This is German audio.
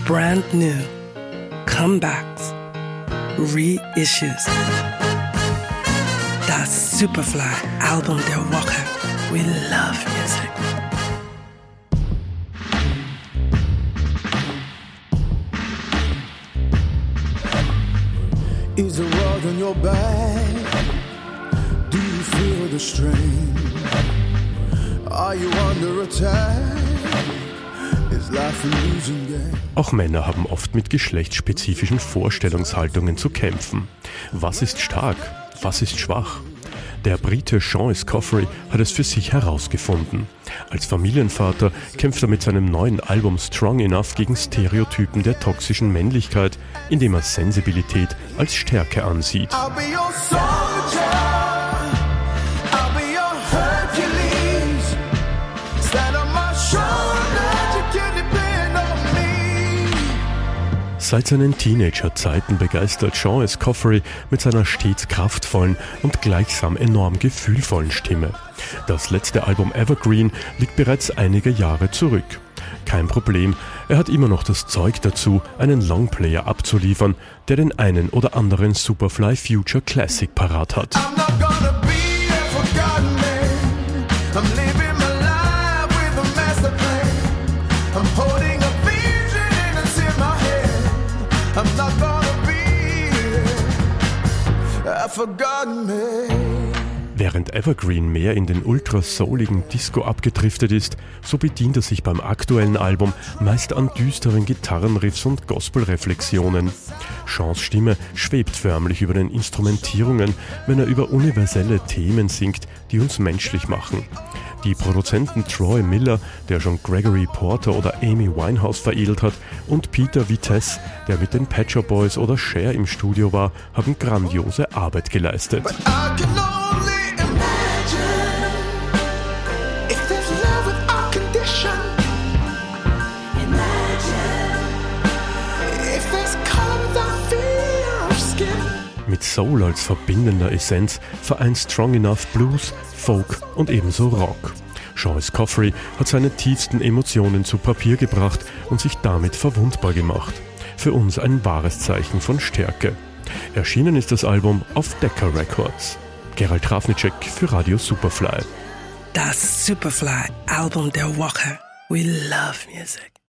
brand new, comebacks, reissues. Das Superfly-Album der Woche. We love music. Is the world on your back? Do you feel the strain? Are you under attack? Is life a losing game? Auch Männer haben oft mit geschlechtsspezifischen Vorstellungshaltungen zu kämpfen. Was ist stark? Was ist schwach? Der Brite Sean Escoffery hat es für sich herausgefunden. Als Familienvater kämpft er mit seinem neuen Album Strong Enough gegen Stereotypen der toxischen Männlichkeit, indem er Sensibilität als Stärke ansieht. I'll be your soldier. I'll be your Hercules. Stand on my shoulders. You can depend on me. Seit seinen Teenager-Zeiten begeistert Sean Escoffery mit seiner stets kraftvollen und gleichsam enorm gefühlvollen Stimme. Das letzte Album Evergreen liegt bereits einige Jahre zurück. Kein Problem, er hat immer noch das Zeug dazu, einen Longplayer abzuliefern, der den einen oder anderen Superfly Future Classic parat hat. I'm not gonna be a forgotten man. I'm living my life with a master plan. I'm holding a vision and it's in my head. I'm not gonna be a forgotten man. Während Evergreen mehr in den ultrasouligen Disco abgedriftet ist, so bedient er sich beim aktuellen Album meist an düsteren Gitarrenriffs und Gospelreflexionen. Seans Stimme schwebt förmlich über den Instrumentierungen, wenn er über universelle Themen singt, die uns menschlich machen. Die Produzenten Troy Miller, der schon Gregory Porter oder Amy Winehouse veredelt hat, und Peter Vitesse, der mit den Pet Shop Boys oder Cher im Studio war, haben grandiose Arbeit geleistet. But I can only imagine if there's love without condition. Imagine if there's color without fear of skin. Mit Soul als verbindender Essenz vereint Strong Enough Blues, Folk und ebenso Rock. Sean Escoffery hat seine tiefsten Emotionen zu Papier gebracht und sich damit verwundbar gemacht. Für uns ein wahres Zeichen von Stärke. Erschienen ist das Album auf Decca Records. Gerald Trafnicek für Radio Superfly. Das Superfly-Album der Woche. We love music.